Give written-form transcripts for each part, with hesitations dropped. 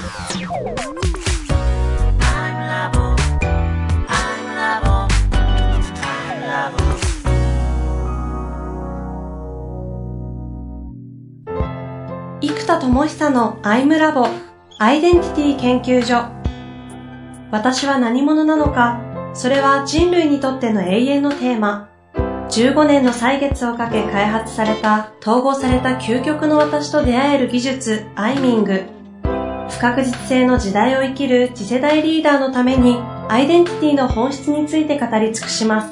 生田智久のアイムラボアイデンティティ研究所。私は何者なのか、それは人類にとっての永遠のテーマ。15年の歳月をかけ開発された統合された究極の私と出会える技術アイミング。不確実性の時代を生きる次世代リーダーのためにアイデンティティの本質について語り尽くします。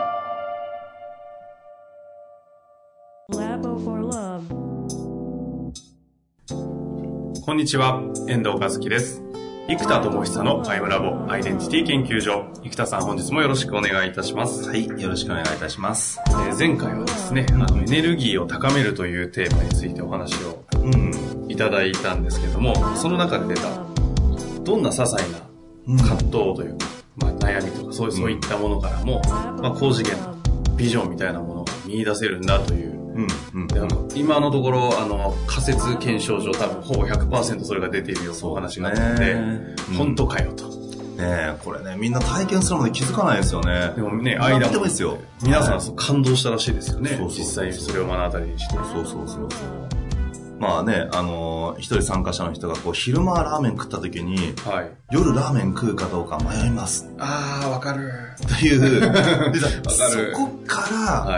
こんにちは、遠藤和樹です。生田智久のアイムラボアイデンティティ研究所。生田さん、本日もよろしくお願いいたします。 はい、よろしくお願いいたします。 前回はですね、エネルギーを高めるというテーマについてお話をいただいたんですけども、その中で出たどんな些細な葛藤というか、悩みとかそういったものからも、高次元のビジョンみたいなものが見出せるんだという、今のところ仮説検証上多分ほぼ 100% それが出ているようなお話があったので、本当かよと。 これね、みんな体験するまで気づかないですよね。 でもね、間もいいですよ。 皆さん感動したらしいですよね。実際それを目の当たりにして。 そう。まあね、一人参加者の人が昼間ラーメン食った時に、夜ラーメン食うかどうか迷います。 わかる。 という、 わかる。 そこから、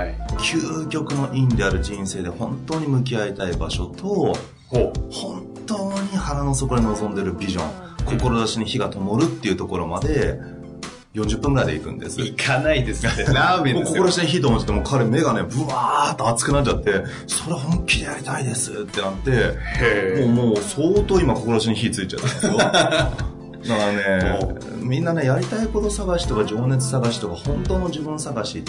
究極の因である人生で本当に向き合いたい場所と、本当に腹の底で望んでるビジョン、志に火が灯るっていうところまで、40分ぐらいで行くんです。 行かないですって。ラーメンですよ。 心して火と思っても彼目がね、ブワーっと熱くなっちゃって、それ本気でやりたいですってなって、もう相当今心に火ついちゃったんですよ。だからね、みんなね、やりたいこと探しとか情熱探しとか本当の自分探しって、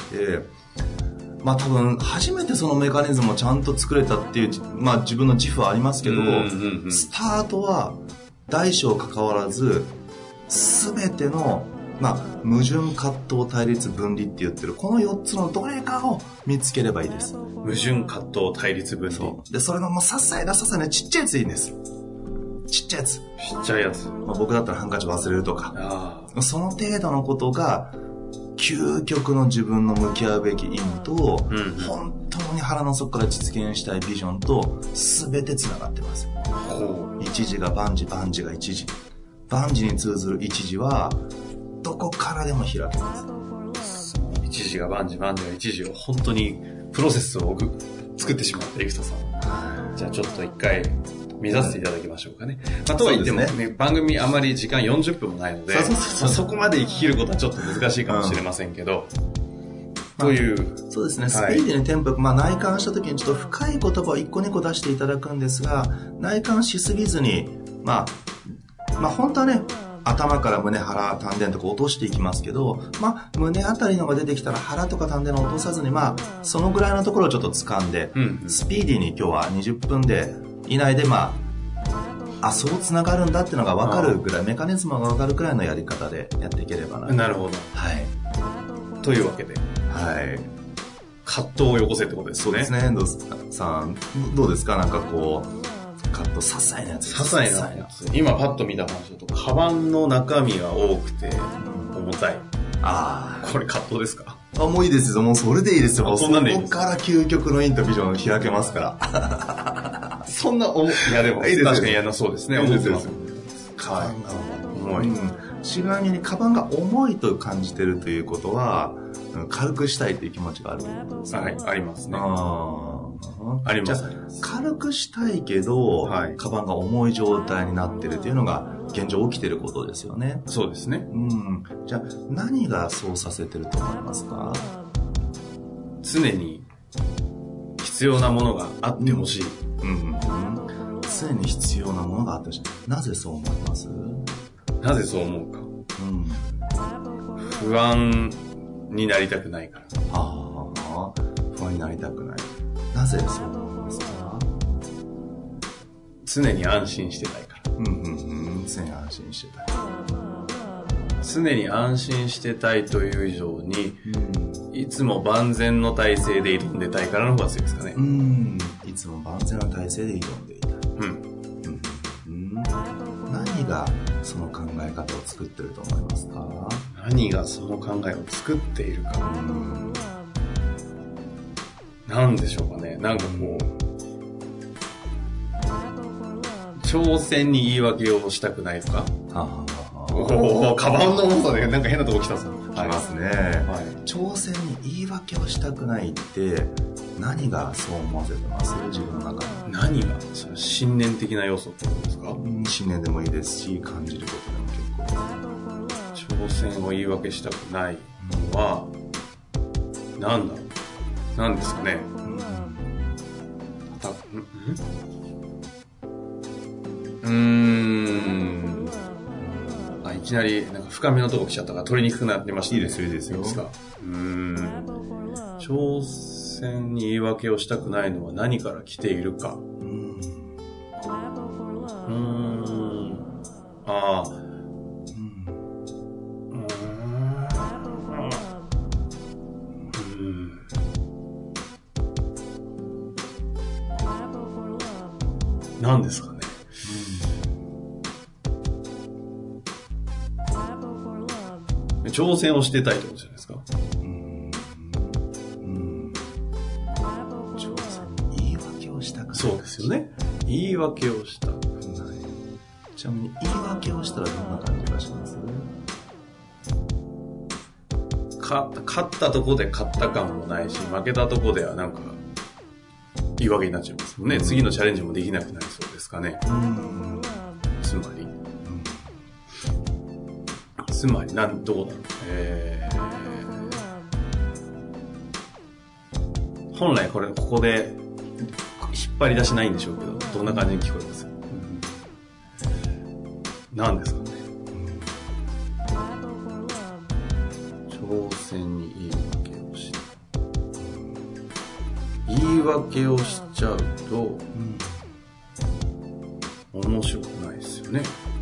多分初めてそのメカニズムをちゃんと作れたっていう、自分の自負はありますけど、スタートは大小関わらず、すべての矛盾、葛藤、対立、分離って言ってるこの4つのどれかを見つければいいです。 矛盾、葛藤、対立、分離。 で、それの些細なちっちゃいやつでいいんです。ちっちゃいやつ。 ちっちゃいやつ。 僕だったらハンカチ忘れるとか。その程度のことが究極の自分の向き合うべき意味と、本当に腹の底から実現したいビジョンと全てつながってます。一時が万事、万事が一時。万事に通ずる一時はどこからでも開けます。 一時が万事、万事が一時を本当にプロセスを作ってしまった生田さん。じゃあちょっと一回見させていただきましょうかね。とは言ってもね、番組あまり時間40分もないので、そこまで生き切ることはちょっと難しいかもしれませんけど、という。 そうですね、スピーディーにテンポよく、内観した時にちょっと深い言葉を1個2個出していただくんですが、内観しすぎずに、本当はね、頭から胸、腹、丹田とか落としていきますけど、胸あたりのが出てきたら腹とか丹田を落とさずに、そのぐらいのところをちょっと掴んで、スピーディーに今日は20分以内で、そう繋がるんだっていうのが分かるぐらい、メカニズムが分かるくらいのやり方でやっていければな。 なるほど。というわけで。葛藤をよこせってことですね。 そうですね、遠藤さん。どうですか？葛藤、些細なやつ。 些細なやつ。今パッと見た話だと、カバンの中身が多くて、重たい。これ葛藤ですか？ もういいですよ。もうそれでいいですよ。 そこから究極のインとビジョンを開けますから。 そんな重いやでも、 いいです確かに嫌なそうですね。 重いです。カバンが重い。ちなみにカバンが重いと感じてるということは、軽くしたいという気持ちがあるということですね。 ありますね。あります。 軽くしたいけど、カバンが重い状態になってるというのが現状起きてることですよね。 そうですね。 じゃあ何がそうさせてると思いますか？ 常に必要なものがあってほしい。 常に必要なものがあってほしい。なぜそう思います？ なぜそう思うか。不安になりたくないから。 不安になりたくない。なぜそう思いますか？ 常に安心してたいから。 常に安心してたい。 常に安心してたいという以上に、いつも万全の体制で挑んでたいからの方が強いですかね。いつも万全な体制で挑んでいたい。何何がその考え方を作ってると思いますか？ 何がその考えを作っているか。なんでしょうかね。なんかこう、挑戦に言い訳をしたくないとか。カバンの重さでなんか変なとこ来たぞ。 ありますね、はい。挑戦に言い訳をしたくないって何がそう思わせてます？自分の中で。 何がそれ信念的な要素ってことですか？ 信念でもいいですし、感じることでも結構。 挑戦を言い訳したくないのは、なんだろう。なんですかね。いきなりなんか深めのとこ来ちゃったから取りにくくなりました、ね。 いいですよ、いいですよ。 挑戦に言い訳をしたくないのは何から来ているか。何ですかね。挑戦をしてたいってことじゃないですか。 挑戦に言い訳をしたくない。 そうですよね。言い訳をしたくない。 ちなみに言い訳をしたらどんな感じがします？ 勝ったとこで勝った感もないし、負けたとこではなんか言い訳になっちゃいますもんね。次のチャレンジもできなくなりそうですかね。つまりどうだろう。本来ここで引っ張り出しないんでしょうけど、どんな感じに聞こえます？何ですかね。挑戦に言い訳をした。言い訳をしちゃうと、面白くないですよね。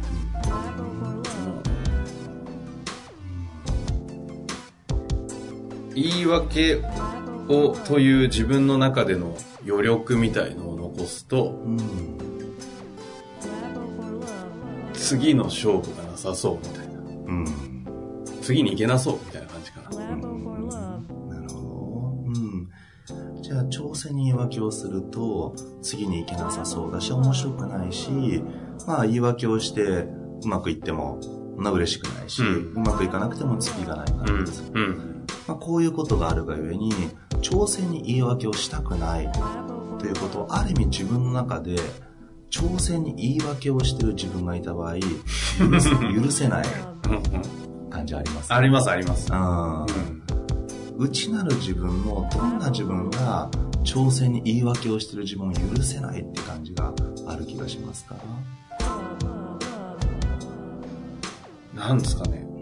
言い訳をという自分の中での余力みたいのを残すと、次の勝負がなさそうみたいな、次に行けなそうみたいな感じかな。 なるほど。じゃあ挑戦に言い訳をすると次に行けなさそうだし面白くないし、言い訳をしてうまくいっても嬉しくないし、うまくいかなくても次がないからです。こういうことがあるがゆえに挑戦に言い訳をしたくないということをある意味自分の中で挑戦に言い訳をしている自分がいた場合許せない感じあります、ね、 あります。 内なる自分のどんな自分が挑戦に言い訳をしている自分を許せないって感じがある気がしますか？ なんですかね。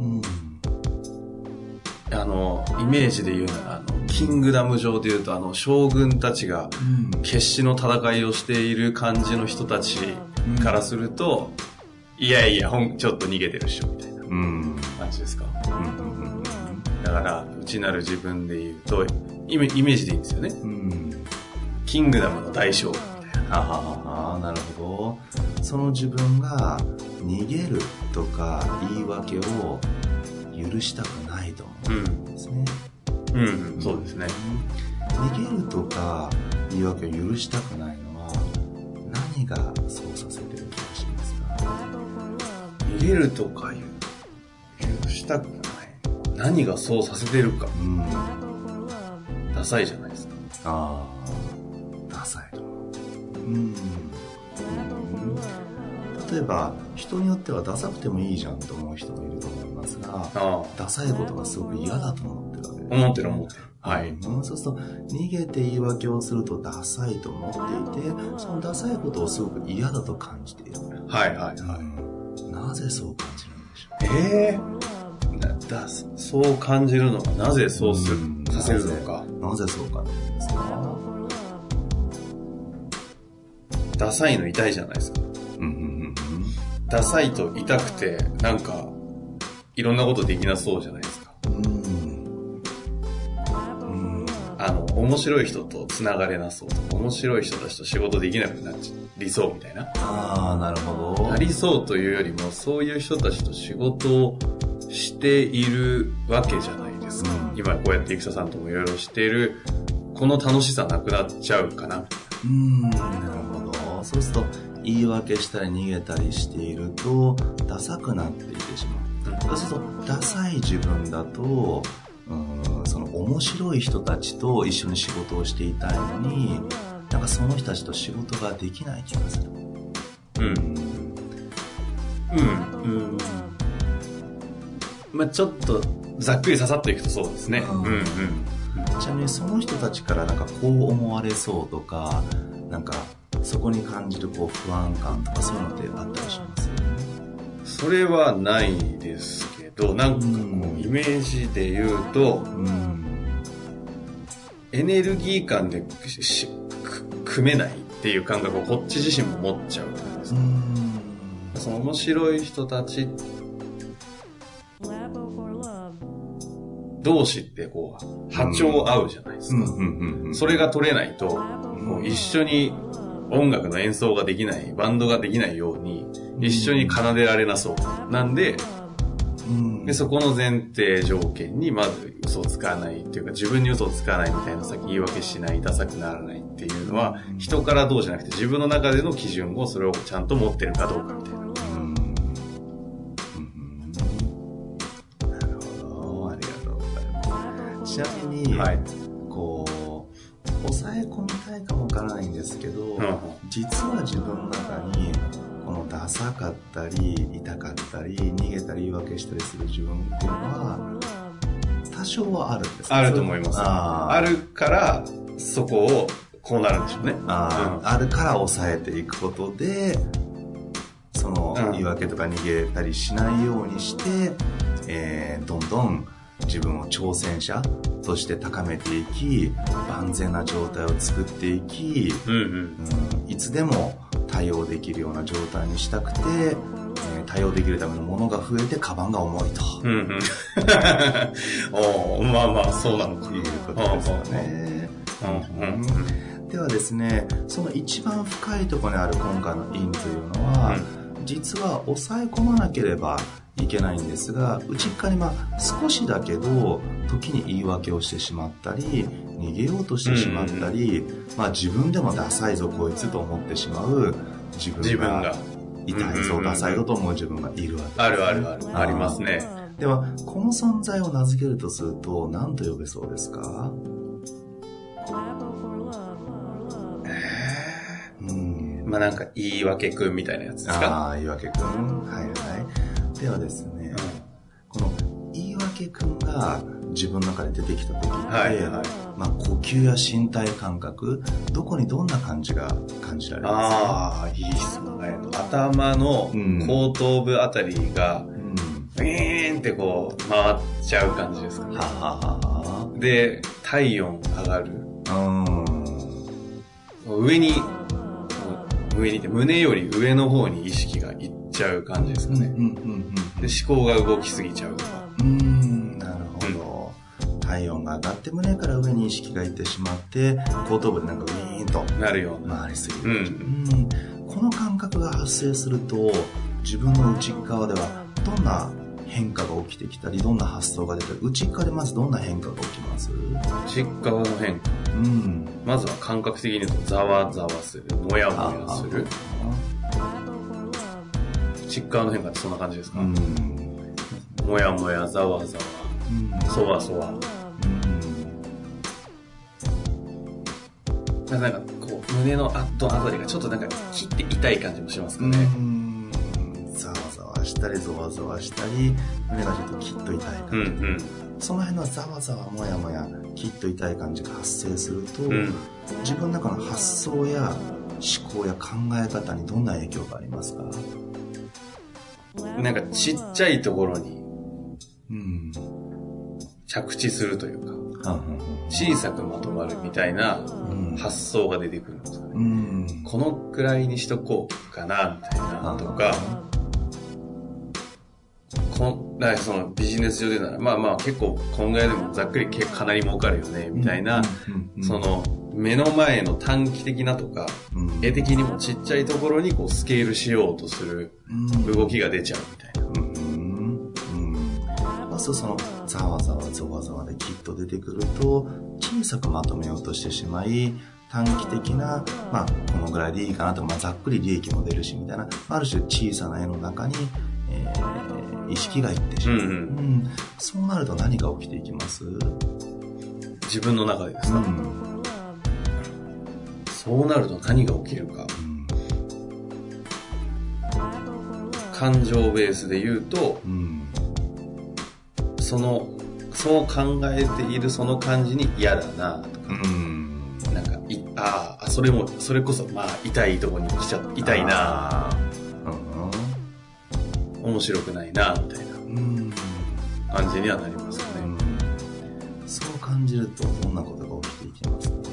イメージで言うならキングダム上で言うと将軍たちが決死の戦いをしている感じの人たちからすると、いやちょっと逃げてるっしょみたいな感じですか。だから内なる自分で言うとイメージでいいんですよね。キングダムの大将軍みたいな。 なるほど。その自分が逃げるとか言い訳を許したくないと思うんですね。 そうですね。 逃げるとか言い訳を許したくないのは何がそうさせてる気がしますか？ 逃げるとか許したくない。何がそうさせてるか。ダサいじゃないですか。 ダサいと。例えば人によってはダサくてもいいじゃんと思う人もいると思いますが、ダサいことがすごく嫌だと思ってるわけです。 思ってる。はい。 そうすると逃げて言い訳をするとダサいと思っていて、そのダサいことをすごく嫌だと感じている。なぜそう感じるんでしょう？ そう感じるのはなぜそうさせるのか。 なぜそう感じるんですか？ ダサいの痛いじゃないですか。ダサいと痛くてなんかいろんなことできなそうじゃないですか。 面白い人と繋がれなそうとか、面白い人たちと仕事できなくなりそうみたいな。 ああ、なるほど。 なりそうというよりも、そういう人たちと仕事をしているわけじゃないですか。今こうやって生田さんともいろいろしている、この楽しさなくなっちゃうかな。 なるほど。そうすると、言い訳したり逃げたりしていると、ダサくなっていってしまう。そうすると、ダサい自分だと、その面白い人たちと一緒に仕事をしていたいのに、なんかその人たちと仕事ができない気がする。 まあちょっとざっくり刺さっていくとそうですね。 ちなみにその人たちからなんかこう思われそうとか、なんかそこに感じるこう不安感とかそういうのってあったりします？ それはないですけど、なんかこうイメージで言うと、エネルギー感で組めないっていう感覚をこっち自身も持っちゃうんですね。その面白い人たち同士ってこう波長合うじゃないですか。それが取れないと、こう一緒に音楽の演奏ができない、バンドができないように一緒に奏でられなそうなんで、でそこの前提条件にまず嘘をつかないっていうか、自分に嘘をつかないみたいな、さっき言い訳しない、ダサくならないっていうのは人からどうじゃなくて自分の中での基準を、それをちゃんと持ってるかどうかみたいな。 なるほど、ありがとうございます。ちなみに、こう抑え込みたいかもわからないんですけど、実は自分の中にこのダサかったり痛かったり逃げたり言い訳したりする自分っていうのは多少はあるんですか？ あると思います。あるからそこをこうなるんでしょうね。 あるから抑えていくことで、その言い訳とか逃げたりしないようにして、どんどん自分を挑戦者として高めていき、万全な状態を作っていき、いつでも対応できるような状態にしたくて、対応できるためのものが増えてカバンが重いと。 まあまあそうなのかということですよね。ではですね、その一番深いところにある今回の因というのは、実は抑え込まなければいけないんですが、内側に少しだけど時に言い訳をしてしまったり逃げようとしてしまったり、自分でもダサいぞこいつと思ってしまう自分が痛いぞ、ダサいぞと思う自分がいるわけです。 あるありますね。 ではこの存在を名付けるとすると何と呼べそうですか？ なんか言い訳くんみたいなやつですか？ 言い訳くん。ではですね、この言い訳くんが自分の中で出てきた時って、呼吸や身体感覚、どこにどんな感じが感じられますか？ いい質問。頭の後頭部あたりがウィーンってこう回っちゃう感じですかね。で、体温上がる。上にって胸より上の方に意識がいっちゃう感じですかね。で、思考が動きすぎちゃうとか。 なるほど。体温が上がって胸から上に意識がいってしまって、後頭部でなんかウィーンとなるような回りすぎる。この感覚が発生すると、自分の内側ではどんな変化が起きてきたり、どんな発想が出たり、内側でまずどんな変化が起きます？ 内側の変化。まずは感覚的に言うとざわざわする、もやもやする。内側の変化ってそんな感じですか？もやもや、ざわざわ、そわそわ。なんかこう胸のあたりがちょっとなんか切って痛い感じもしますかね。 ざわざわしたりゾワゾワしたり、胸がちょっとキッと痛い感じ。その辺のざわざわもやもやキッと痛い感じが発生すると、自分の中の発想や思考や考え方にどんな影響がありますか？ なんかちっちゃいところに着地するというか、小さくまとまるみたいな発想が出てくるんですかね。このくらいにしとこうかなみたいなとか、こだからそのビジネス上でなら、まあ結構こんぐらいでもざっくりかなり儲かるよね、みたいな、その目の前の短期的なとか、絵的にもちっちゃいところにこうスケールしようとする動きが出ちゃうみたいな。 そのざわざわざわざわできっと出てくると小さくまとめようとしてしまい、短期的な、まあこのぐらいでいいかなとか、まあざっくり利益も出るしみたいな、ある種小さな絵の中に、意識がいってしまう、そうなると何が起きていきます？ 自分の中でですか？そうなると何が起きるか、感情ベースで言うと、そう考えているその感じに嫌だなとか、なんかそれこそまあ痛いところに来ちゃって痛いな、面白くないなみたいな感じにはなりますかね。 そう感じるとどんなことが起きていきますか？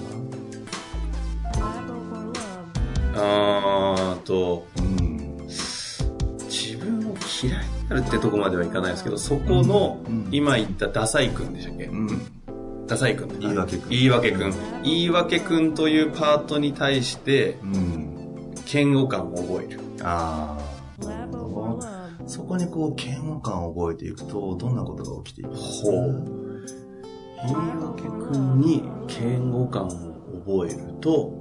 自分を嫌いになるってとこまではいかないですけど、そこの、今言ったダサイ君でしたっけ？ダサイ君。言い訳君というパートに対して、嫌悪感を覚える。そこにこう嫌悪感を覚えていくとどんなことが起きていくんですか？言い訳君に嫌悪感を覚えると、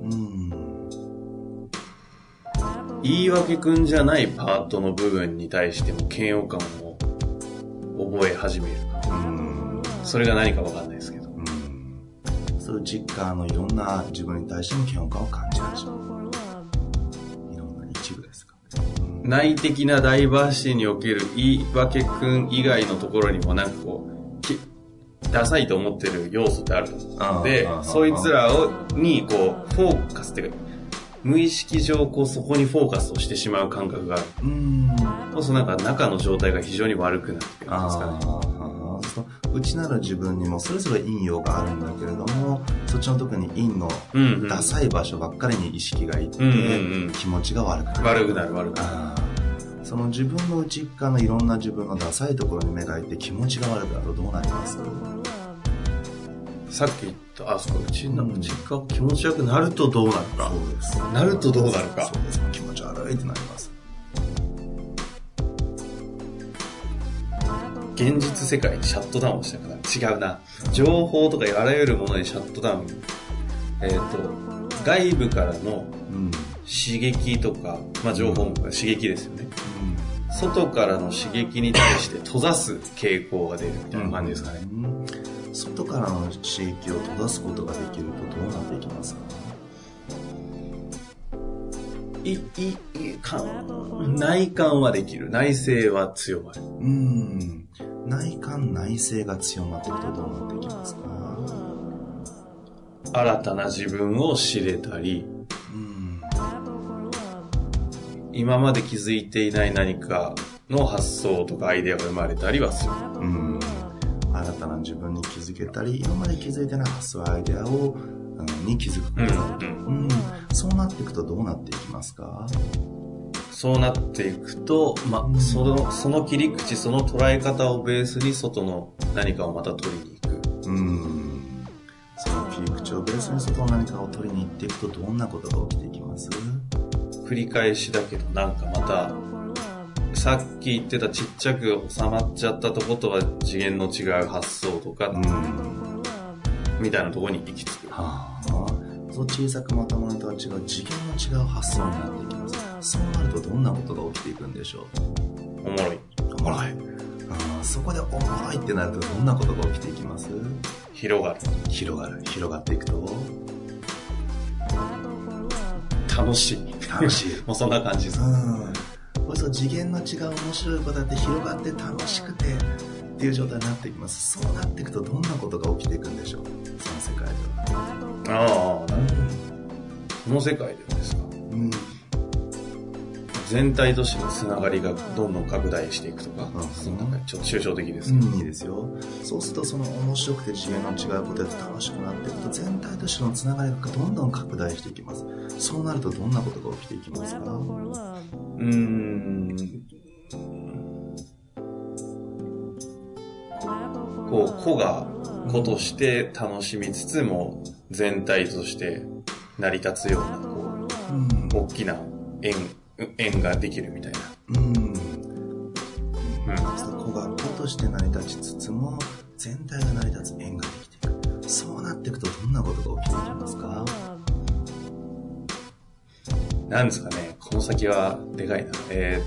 言い訳君じゃないパートの部分に対しても嫌悪感を覚え始める。それが何か分かんないですけど、そういう実感のいろんな自分に対しても嫌悪感を感じ始める。いろんな一部ですか、内的なダイバーシティにおける言い訳君以外のところにもなんかこうダサいと思ってる要素ってあると思うので、そいつらにこうフォーカスっていうか無意識上こうそこにフォーカスをしてしまう感覚がある。そうするとなんか中の状態が非常に悪くなってくるんですかね。内なる自分にもそれぞれ陰陽があるんだけれども、そっちの特に陰のダサい場所ばっかりに意識がいって、気持ちが悪くなる。その自分の内側のいろんな自分のダサいところに目がいって気持ちが悪くなるとどうなります？さっき言った内側気持ち悪くなるとどうなるか。そうです。なるとどうなるか。そうです。気持ち悪いってなります。現実世界にシャットダウンをしたから違うな。情報とかあらゆるものにシャットダウン。外部からの刺激とか、まあ情報も刺激ですよね。外からの刺激に対して閉ざす傾向が出るみたいな感じですかね。外からの刺激を閉ざすことができるとどうなっていきますか？内観はできる。内省は強まる。内観内省が強まっていくとどうなっていきますか？新たな自分を知れたり、今まで気づいていない何かの発想とかアイデアが生まれたりはする。新たな自分に気づけたり、今まで気づいてない発想アイデアをに気づくことができる。そうなっていくとどうなっていきますか？そうなっていくと、その切り口、その捉え方をベースに外の何かをまた取りに行く。その切り口をベースに外の何かを取りに行っていくとどんなことが起きていきます？繰り返しだけどなんかまたさっき言ってたちっちゃく収まっちゃったとことは次元の違う発想とか、みたいなところに行き着く。そう小さくまとまるとは違う次元の違う発想になっていきます。そうなるとどんなことが起きていくんでしょう？おもろい。そこでおもろいってなるとどんなことが起きていきます？広がっていくと楽しいもうそんな感じです。そう次元の違う面白いことだって広がって楽しくてっていう状態になっていきます。そうなっていくとどんなことが起きていくんでしょう？その世界では。なるほど。この世界ではですか？全体としてのつながりがどんどん拡大していくとか、その中でちょっと抽象的ですけど、いいですよ。そうするとその面白くて次元の違うことで楽しくなっていくと全体としてのつながりがどんどん拡大していきます。そうなるとどんなことが起きていきますか？ こう個が個として楽しみつつも全体として成り立つようなこう、大きな円ができるみたいな。 個が個として成り立ちつつも全体が成り立つ円ができていく。そうなっていくとどんなことが起きていきますか？ なんですかね、この先はでかいな。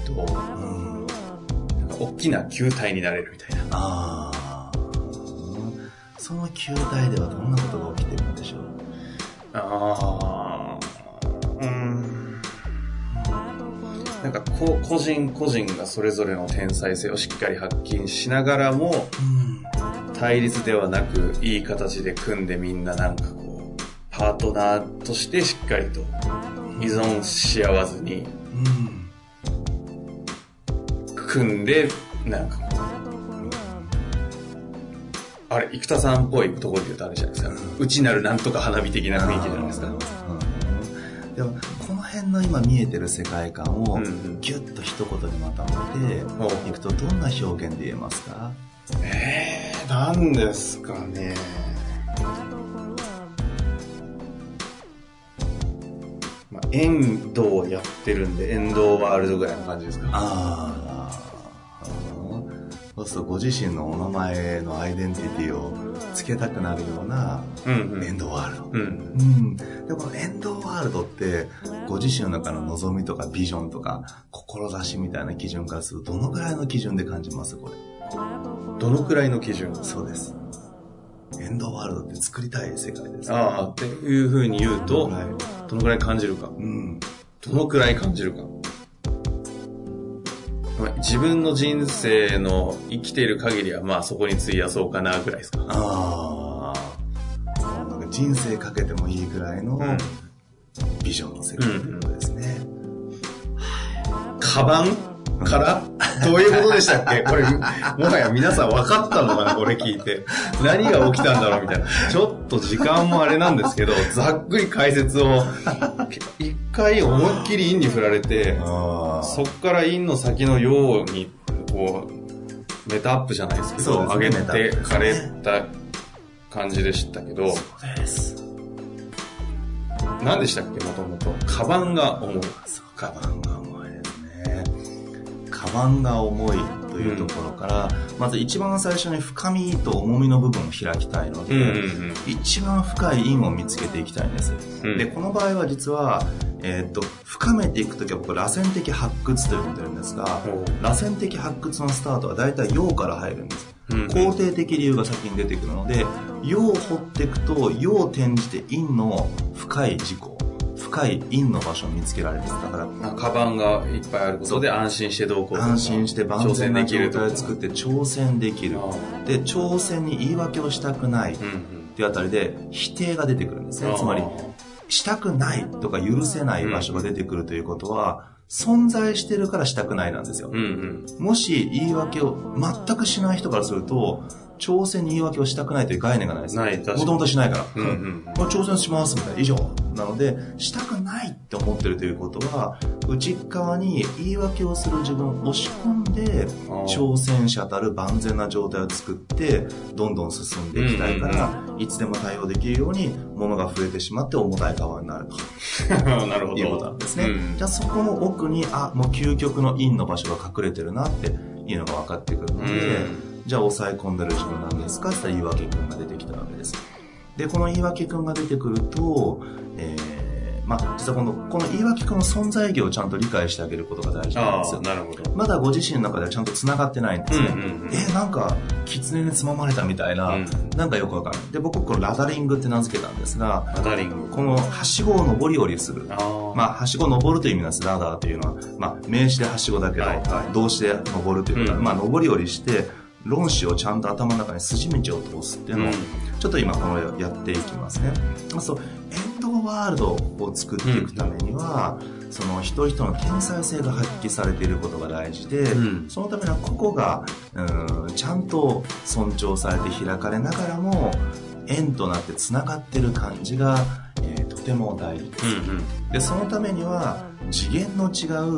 なんか大きな球体になれるみたいな。 その球体ではどんなことが起きているのでしょう？ なんか個人個人がそれぞれの天才性をしっかり発揮しながらも、対立ではなくいい形で組んでみんななんかこうパートナーとしてしっかりと依存し合わずに、組んでなんかこうあれ生田さんっぽいところで言うとあれじゃないですか、内なるなんとか花火的な雰囲気じゃないですか。 でもこの辺の今見えてる世界観をギュッと一言にまとめていくとどんな表現で言えますか？ なんですかね。遠藤をやってるんで遠藤ワールドぐらいの感じですか。 そうするとご自身のお名前のアイデンティティをつけたくなるような遠藤ワールド。でこの遠藤ワールドってご自身の中の望みとかビジョンとか志みたいな基準からするとどのくらいの基準で感じます？これどのくらいの基準？ そうです。遠藤ワールドって作りたい世界です、 っていう風に言うとどのくらい感じるか。どのくらい感じるか。自分の人生の生きている限りはまあそこに費やそうかなぐらいですか。 なんか人生かけてもいいぐらいのビジョンの世界ということですね。 カバンからどういうことでしたっけ？これもはや皆さん分かったのかな、これ聞いて。何が起きたんだろうみたいな。ちょっと時間もあれなんですけど、ざっくり解説を一回思いっきり陰に振られて、そっから陰の先のようにこうメタアップじゃないですけど、上げてかれた感じでしたけど、 そうです。 何でしたっけ？もともとカバンが重い。 カバンが重いですね。カバンが重いというところから、まず一番最初に深みと重みの部分を開きたいので、一番深い因を見つけていきたいんです。でこの場合は実は深めていくときは僕螺旋的発掘と呼んでるんですが、螺旋的発掘のスタートはだいたい陽から入るんです。肯定的理由が先に出てくるので、陽を掘っていくと陽を転じて陰の深い事項、深い陰の場所を見つけられるんです。だからカバンがいっぱいあることで安心してどうこうとか、 安心して万全な状態を作って挑戦できる。で挑戦に言い訳をしたくないっていうあたりで否定が出てくるんですね。つまりしたくないとか許せない場所が出てくるということは、存在してるからしたくないなんですよ。もし言い訳を全くしない人からすると、挑戦に言い訳をしたくないという概念がないです。もともとしないから。挑戦しますみたいな以上。なので、したくないって思ってるということは、内側に言い訳をする自分を押し込んで、挑戦者たる万全な状態を作って、どんどん進んでいきたいから、いつでも対応できるように、物が増えてしまって重たいカバンになると。 なるほど。 いうことなんですね。じゃあそこの奥に、もう究極の陰の場所が隠れてるなっていうのが分かってくるので、じゃあ抑え込んでる自分なんですかって言ったら言い訳くんが出てきたわけです。で、この言い訳くんが出てくると、実はこの言い訳くんの存在意義をちゃんと理解してあげることが大事なんですよ。 なるほど。 まだご自身の中ではちゃんと繋がってないんですね。なんか、狐につままれたみたいな、なんかよくわかんない。で、僕これラダリングって名付けたんですが、 ラダリング。 このはしごを上り下りする。はしごを上るという意味なんです。ラダーというのは。名詞ではしごだけど、動詞で上るということは、上り下りして、論旨をちゃんと頭の中に筋道を通すっていうのを、ちょっと今このやっていきますね。そう、エンドワールドを作っていくためには、その一人一人の天才性が発揮されていることが大事で、そのためには個々がちゃんと尊重されて開かれながらも、円となってつながっている感じが、とても大事です。で、そのためには次元の違う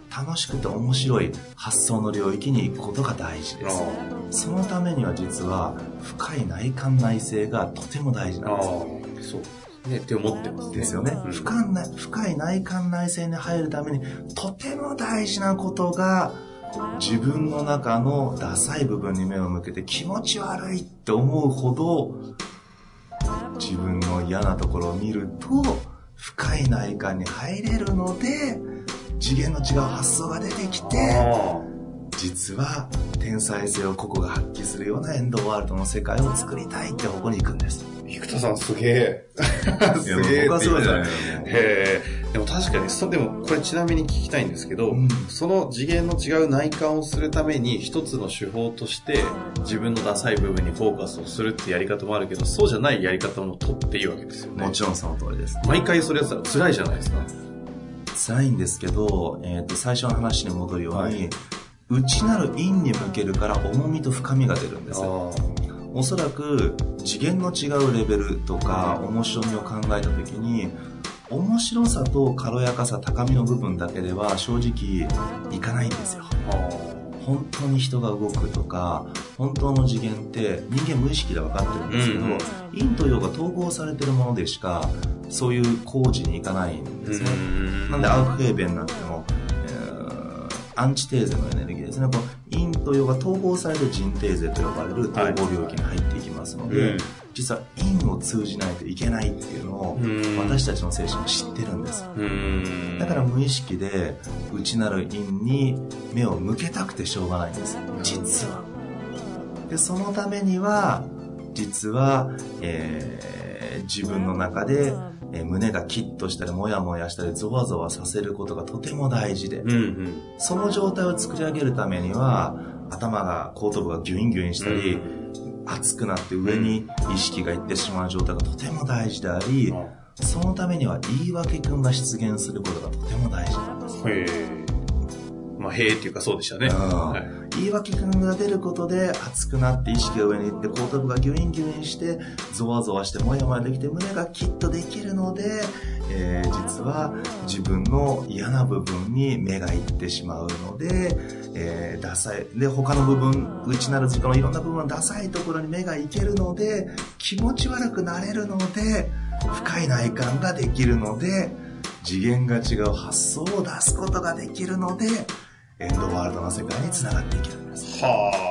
楽しくて面白い発想の領域に行くことが大事です。そのためには実は深い内観内省がとても大事なんです。 そうねって思ってますね。 ですよね。深い内観内省に入るためにとても大事なことが、自分の中のダサい部分に目を向けて気持ち悪いって思うほど自分の嫌なところを見ると深い内観に入れるので、次元の違う発想が出てきて、実は天才性を個々が発揮するようなエンドワールドの世界を作りたいって方向に行くんです。 生田さんすげえ。 すげえ。僕はすごいじゃないの。 へえ。でも確かに、でもこれちなみに聞きたいんですけど、その次元の違う内観をするために一つの手法として自分のダサい部分にフォーカスをするってやり方もあるけど、そうじゃないやり方も取っていいわけですよね。 もちろんその通りです。 毎回それやったら辛いじゃないですか。 辛いんですけど、最初の話に戻るように、内なる陰に向けるから重みと深みが出るんです。おそらく次元の違うレベルとか面白みを考えたときに、面白さと軽やかさ高みの部分だけでは正直いかないんですよ。本当に人が動くとか本当の次元って人間無意識で分かってるんですけど、陰と陽が統合されてるものでしかそういう工事にいかないんですね。なんでアウフヘーベンなんてのも、アンチテーゼのエネルギーですね。この陰と陽が統合される人テーゼと呼ばれる統合領域に入っていきますので、実は陰を通じないといけないっていうのを私たちの精神は知ってるんです。だから無意識で内なる陰に目を向けたくてしょうがないんです、実は。でそのためには実は、自分の中で胸がキッとしたりモヤモヤしたりゾワゾワさせることがとても大事で、その状態を作り上げるためには頭が後頭部がギュインギュインしたり、熱くなって上に意識がいってしまう状態がとても大事であり、そのためには言い訳くんが出現することがとても大事なんです。 まあ、へーっていうかそうでしたね。 言い訳くんが出ることで熱くなって意識が上に行って後頭部がギュインギュインしてゾワゾワしてモヤモヤできて胸がキッとできるので、実は自分の嫌な部分に目がいってしまうので、ダサいで他の部分内なる時間のいろんな部分のダサいところに目がいけるので気持ち悪くなれるので深い内観ができるので次元が違う発想を出すことができるのでエンドワールドの世界につながっていけるんです。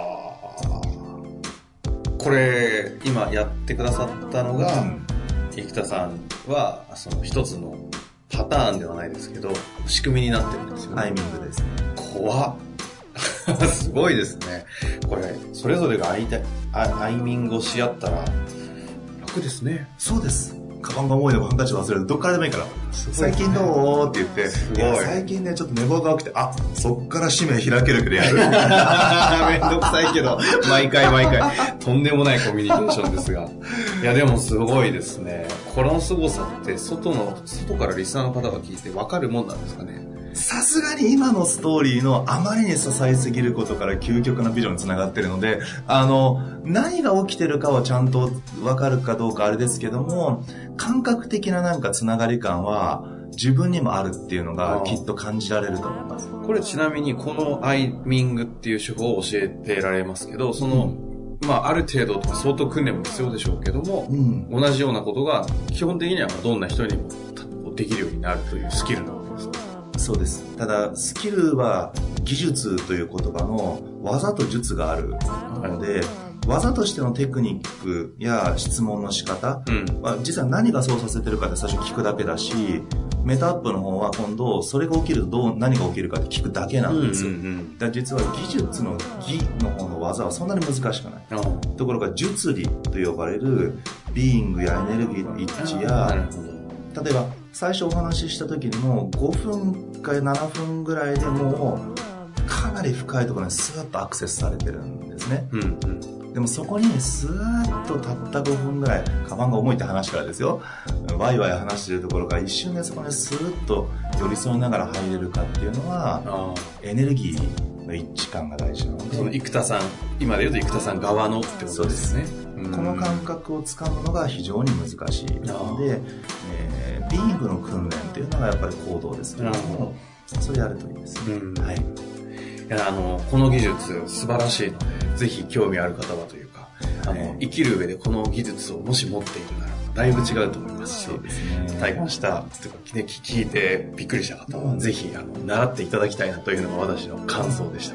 これ今やってくださったのが、生田さんはその一つのパターンではないですけど仕組みになってるんですよね。 タイミングですね。 怖っすごいですね。これそれぞれがアイミングをし合ったら楽ですね。 そうです。カバンが重いのもハンカチ忘れるどっからでもいいから最近どうって言っていや最近ねちょっと寝坊が起きてそっから使命開けるけどやるめんどくさいけど毎回とんでもないコミュニケーションですがいやでもすごいですね。この凄さって外からリスナーの方が聞いて分かるもんなんですかね。 さすがに今のストーリーのあまりに支えすぎることから究極なビジョンにつながってるので何が起きてるかはちゃんと分かるかどうかあれですけども感覚的ななんかつながり感は自分にもあるっていうのがきっと感じられると思います。 これちなみにこのアイミングっていう手法を教えてられますけどその、ある程度とか相当訓練も必要でしょうけども、同じようなことが基本的にはどんな人にもできるようになるというスキルなわけですか。 そうです。ただスキルは技術という言葉の技と術があるので、技としてのテクニックや質問の仕方は実は何がそうさせてるかって最初聞くだけだし、メタアップの方は今度それが起きると何が起きるかって聞くだけなんですよ。だから実は技術の技の方の技はそんなに難しくない。ところが術理と呼ばれるビーイングやエネルギーの一致や例えば最初お話しした時にも5分か7分ぐらいでもうかなり深いところにスーッとアクセスされてるんですね。でもそこにスーッとたった5分ぐらいカバンが重いって話からですよワイワイ話してるところから一瞬でそこにスーッと寄り添いながら入れるかっていうのはエネルギーの一致感が大事なのでその生田さん今で言うと生田さん側のってことですね。 この感覚をつかむのが非常に難しいので、ビーイングの訓練っていうのがやっぱり行動ですけれどもそれやるといいですね。はい。 いや、この技術素晴らしいので、ぜひ興味ある方はというか、生きる上でこの技術をもし持っているなら、だいぶ違うと思いますし、 そうですね。 体感したというか、聞いてびっくりした方は、ぜひ、習っていただきたいなというのが私の感想でした。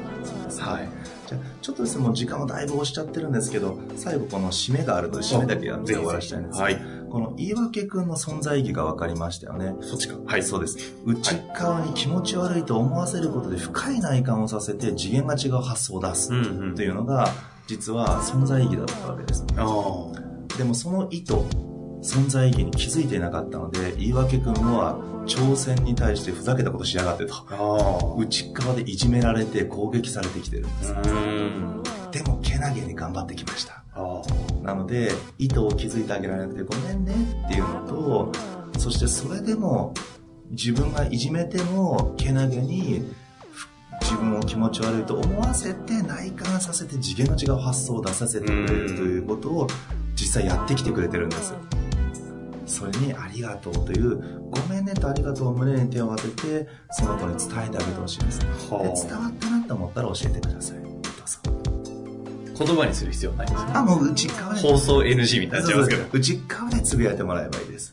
はい。 じゃあ、ちょっとですね、もう時間をだいぶ押しちゃってるんですけど、最後この締めがあるので、締めだけやって終わらせたいんです。はい。この言い訳くんの存在意義が分かりましたよね。 そっちか。 はい、そうです。内側に気持ち悪いと思わせることで深い内観をさせて次元が違う発想を出すというのが、実は存在意義だったわけです。でもその意図、存在意義に気づいていなかったので、言い訳くんは挑戦に対してふざけたことしやがってと。内側でいじめられて攻撃されてきてるんです。でもけなげに頑張ってきました。なので意図を気づいてあげられなくてごめんねっていうのと、そしてそれでも自分がいじめてもけなげに自分を気持ち悪いと思わせて内観させて次元の違う発想を出させてくれるということを実際やってきてくれてるんです。それにありがとうという、ごめんねとありがとうを胸に手を当ててその子に伝えてあげてほしいんです。で伝わったなと思ったら教えてください。どうぞ。 言葉にする必要ないですね。 もう内側で放送 NG みたいになっちゃいますけど、 内側でつぶやいてもらえばいいです。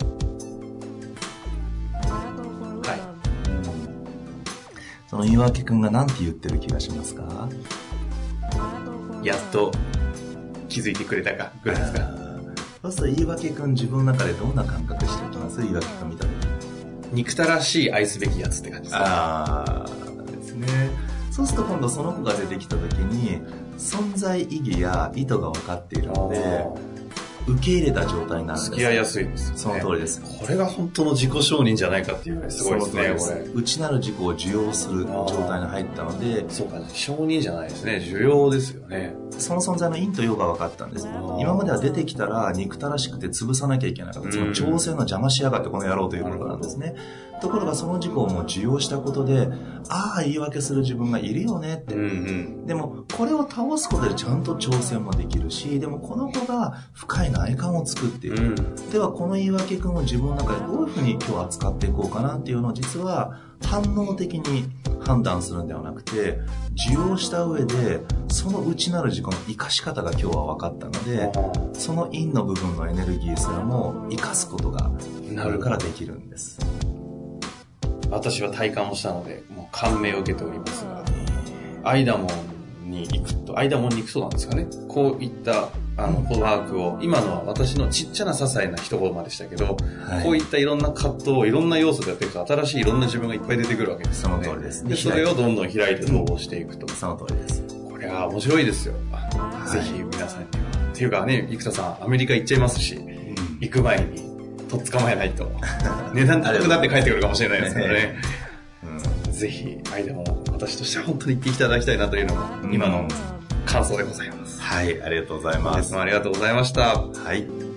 はい。 その言い訳くんが何て言ってる気がしますか？ やっと気づいてくれたかぐらいですか？ そうすると言い訳くん自分の中でどんな感覚していきます？言い訳くん見た時。 憎たらしい愛すべきやつって感じですか？ ですね。そうすると今度その子が出てきた時に存在意義や意図が分かっているので受け入れた状態になるんです。 付き合いやすいですよね。 その通りです。 これが本当の自己承認じゃないかっていうぐらいすごいですね。これ内なる自己を受容する状態に入ったので、 そうか、承認じゃないですね。受容ですよね。 その存在の陰と陽が分かったんです。今までは出てきたら憎たらしくて潰さなきゃいけなかった。つまり挑戦の邪魔しやがってこの野郎ということなんですね。ところがその自己をもう受容したことで、言い訳する自分がいるよねって、でもこれを倒すことでちゃんと挑戦もできるし、でもこの子が深い内観を作っている、ではこの言い訳くんを自分の中でどういうふうに今日扱っていこうかなっていうのを実は反応的に判断するんではなくて、受容した上でその内なる自己の生かし方が今日は分かったので、その陰の部分のエネルギーすらも生かすことがなるからできるんです。 私は体感をしたのでもう感銘を受けておりますが、アイダモンに行くとなんですかね。こういったワークを、今のは私のちっちゃな些細な一言までしたけど、こういったいろんな葛藤をいろんな要素でやっていくと新しいいろんな自分がいっぱい出てくるわけですよね。 その通りですね。 でそれをどんどん開いて統合していくと。 その通りです。 これは面白いですよ。ぜひ皆さんには。っていうかね、生田さんアメリカ行っちゃいますし、行く前にとっ捕まえないと値段高くなって帰ってくるかもしれないですからね。ぜひ間も私としては本当に行っていただきたいなというのが今の感想でございます。 はい、ありがとうございます。 ありがとうございました。 はい。